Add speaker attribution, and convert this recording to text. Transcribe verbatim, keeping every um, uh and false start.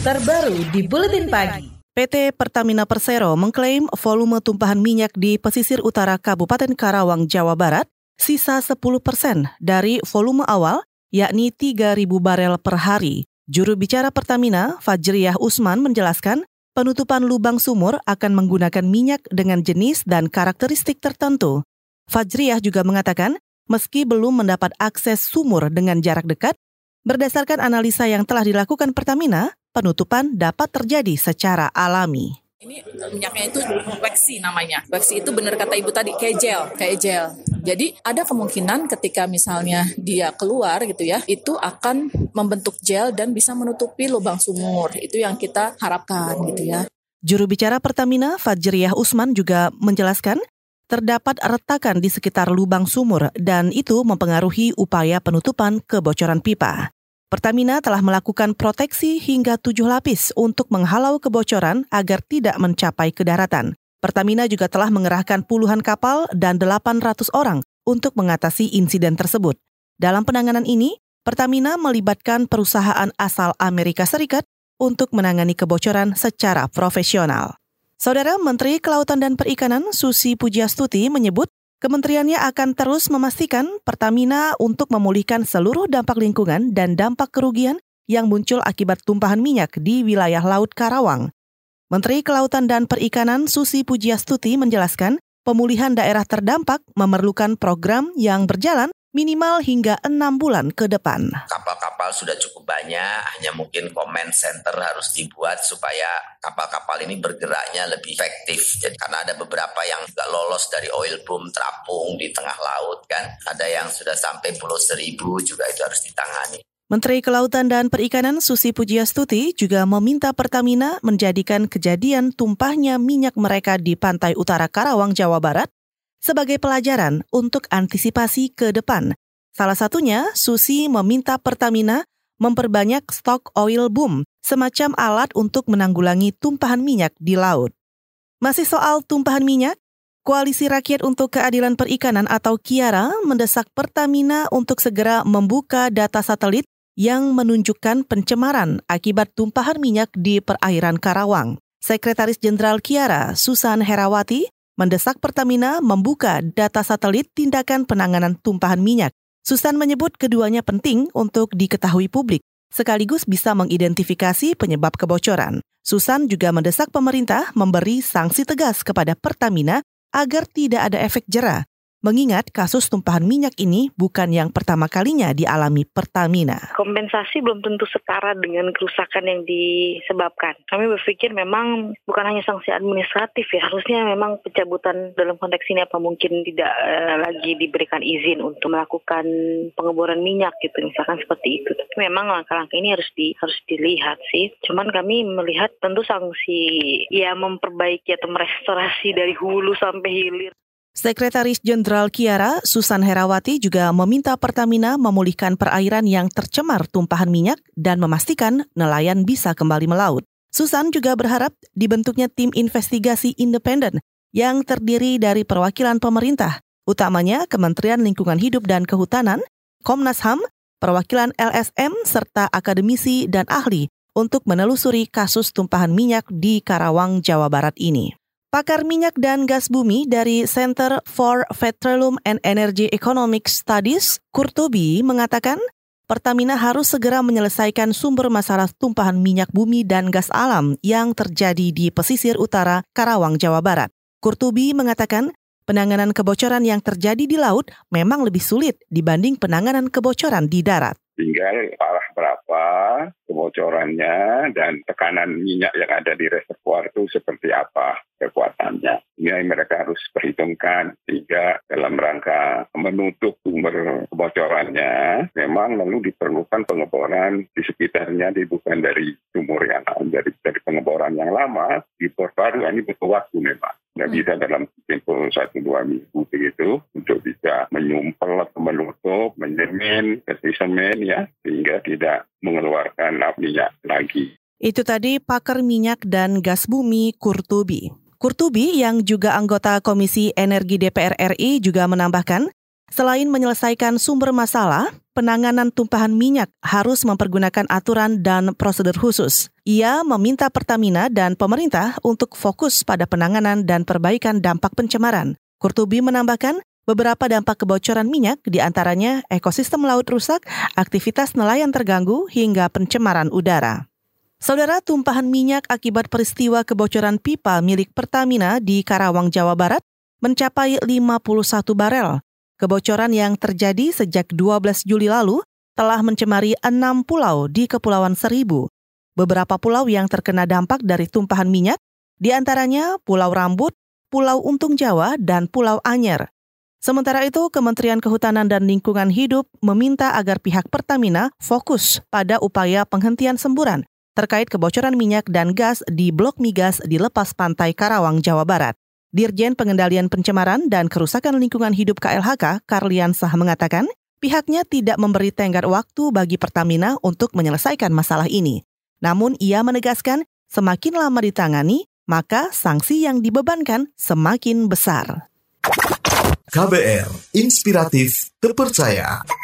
Speaker 1: terbaru di Buletin Pagi.
Speaker 2: P T Pertamina Persero mengklaim volume tumpahan minyak di pesisir utara Kabupaten Karawang, Jawa Barat sisa sepuluh persen dari volume awal, yakni tiga ribu barel per hari. Juru bicara Pertamina, Fajriyah Usman, menjelaskan penutupan lubang sumur akan menggunakan minyak dengan jenis dan karakteristik tertentu. Fajriyah juga mengatakan, meski belum mendapat akses sumur dengan jarak dekat, berdasarkan analisa yang telah dilakukan Pertamina, penutupan dapat terjadi secara alami.
Speaker 3: Ini minyaknya itu waxy namanya. Waxy itu benar kata Ibu tadi, kayak gel, kayak gel. Jadi ada kemungkinan ketika misalnya dia keluar gitu ya, itu akan membentuk gel dan bisa menutupi lubang sumur. Itu yang kita harapkan gitu ya.
Speaker 2: Juru bicara Pertamina, Fajriyah Usman, juga menjelaskan terdapat retakan di sekitar lubang sumur dan itu mempengaruhi upaya penutupan kebocoran pipa. Pertamina telah melakukan proteksi hingga tujuh lapis untuk menghalau kebocoran agar tidak mencapai ke daratan. Pertamina juga telah mengerahkan puluhan kapal dan delapan ratus orang untuk mengatasi insiden tersebut. Dalam penanganan ini, Pertamina melibatkan perusahaan asal Amerika Serikat untuk menangani kebocoran secara profesional. Saudara Menteri Kelautan dan Perikanan Susi Pujiastuti menyebut kementeriannya akan terus memastikan Pertamina untuk memulihkan seluruh dampak lingkungan dan dampak kerugian yang muncul akibat tumpahan minyak di wilayah Laut Karawang. Menteri Kelautan dan Perikanan Susi Pujiastuti menjelaskan pemulihan daerah terdampak memerlukan program yang berjalan minimal hingga enam bulan ke depan.
Speaker 4: Kapal-kapal sudah cukup banyak, hanya mungkin command center harus dibuat supaya kapal-kapal ini bergeraknya lebih efektif. Jadi karena ada beberapa yang juga lolos dari oil boom terapung di tengah laut kan, ada yang sudah sampai Pulau Seribu juga itu harus ditangani.
Speaker 2: Menteri Kelautan dan Perikanan Susi Pujiastuti juga meminta Pertamina menjadikan kejadian tumpahnya minyak mereka di pantai utara Karawang, Jawa Barat sebagai pelajaran untuk antisipasi ke depan. Salah satunya, Susi meminta Pertamina memperbanyak stok oil boom, semacam alat untuk menanggulangi tumpahan minyak di laut. Masih soal tumpahan minyak, Koalisi Rakyat untuk Keadilan Perikanan atau KIARA mendesak Pertamina untuk segera membuka data satelit yang menunjukkan pencemaran akibat tumpahan minyak di perairan Karawang. Sekretaris Jenderal KIARA, Susan Herawati, mendesak Pertamina membuka data satelit tindakan penanganan tumpahan minyak. Susan menyebut keduanya penting untuk diketahui publik, sekaligus bisa mengidentifikasi penyebab kebocoran. Susan juga mendesak pemerintah memberi sanksi tegas kepada Pertamina agar tidak ada efek jera, mengingat kasus tumpahan minyak ini bukan yang pertama kalinya dialami Pertamina.
Speaker 5: Kompensasi belum tentu setara dengan kerusakan yang disebabkan. Kami berpikir memang bukan hanya sanksi administratif ya, harusnya memang pencabutan dalam konteks ini apa mungkin tidak uh, lagi diberikan izin untuk melakukan pengeboran minyak gitu, misalkan seperti itu. Tapi memang langkah-langkah ini harus di harus dilihat sih. Cuman kami melihat tentu sanksi ya memperbaiki atau merestorasi dari hulu sampai hilir.
Speaker 2: Sekretaris Jenderal KIARA, Susan Herawati, juga meminta Pertamina memulihkan perairan yang tercemar tumpahan minyak dan memastikan nelayan bisa kembali melaut. Susan juga berharap dibentuknya tim investigasi independen yang terdiri dari perwakilan pemerintah, utamanya Kementerian Lingkungan Hidup dan Kehutanan, Komnas H A M, perwakilan L S M, serta akademisi dan ahli untuk menelusuri kasus tumpahan minyak di Karawang, Jawa Barat ini. Pakar minyak dan gas bumi dari Center for Petroleum and Energy Economic Studies, Kurtubi, mengatakan Pertamina harus segera menyelesaikan sumber masalah tumpahan minyak bumi dan gas alam yang terjadi di pesisir utara Karawang, Jawa Barat. Kurtubi mengatakan penanganan kebocoran yang terjadi di laut memang lebih sulit dibanding penanganan kebocoran di darat.
Speaker 6: Tinggal parah berapa kebocorannya dan tekanan minyak yang ada di reservoir itu seperti apa kekuatannya. Ini mereka harus perhitungkan. Tiga, dalam rangka menutup sumber kebocorannya, memang lalu diperlukan pengeboran di sekitarnya, di bukan dari sumur yang dari, dari pengeboran yang lama, di bor baru. Ini butuh waktu memang. Nggak bisa dalam tempo satu dua minggu begitu untuk bisa menyumpel atau menutup, menyemen, kasih semen ya, sehingga tidak mengeluarkan minyak lagi.
Speaker 2: Itu tadi pakar minyak dan gas bumi Kurtubi. Kurtubi yang juga anggota Komisi Energi D P R R I juga menambahkan, Selain menyelesaikan sumber masalah, penanganan tumpahan minyak harus mempergunakan aturan dan prosedur khusus. Ia meminta Pertamina dan pemerintah untuk fokus pada penanganan dan perbaikan dampak pencemaran. Qurtubi menambahkan, beberapa dampak kebocoran minyak diantaranya ekosistem laut rusak, aktivitas nelayan terganggu, hingga pencemaran udara. Saudara, tumpahan minyak akibat peristiwa kebocoran pipa milik Pertamina di Karawang, Jawa Barat mencapai lima puluh satu barel. Kebocoran yang terjadi sejak dua belas Juli lalu telah mencemari enam pulau di Kepulauan Seribu. Beberapa pulau yang terkena dampak dari tumpahan minyak, diantaranya Pulau Rambut, Pulau Untung Jawa, dan Pulau Anyer. Sementara itu, Kementerian Kehutanan dan Lingkungan Hidup meminta agar pihak Pertamina fokus pada upaya penghentian semburan terkait kebocoran minyak dan gas di blok migas di lepas pantai Karawang, Jawa Barat. Dirjen Pengendalian Pencemaran dan Kerusakan Lingkungan Hidup K L H K, Karliansah mengatakan, pihaknya tidak memberi tenggat waktu bagi Pertamina untuk menyelesaikan masalah ini. Namun ia menegaskan, semakin lama ditangani, maka sanksi yang dibebankan semakin besar.
Speaker 7: K B R, inspiratif, terpercaya.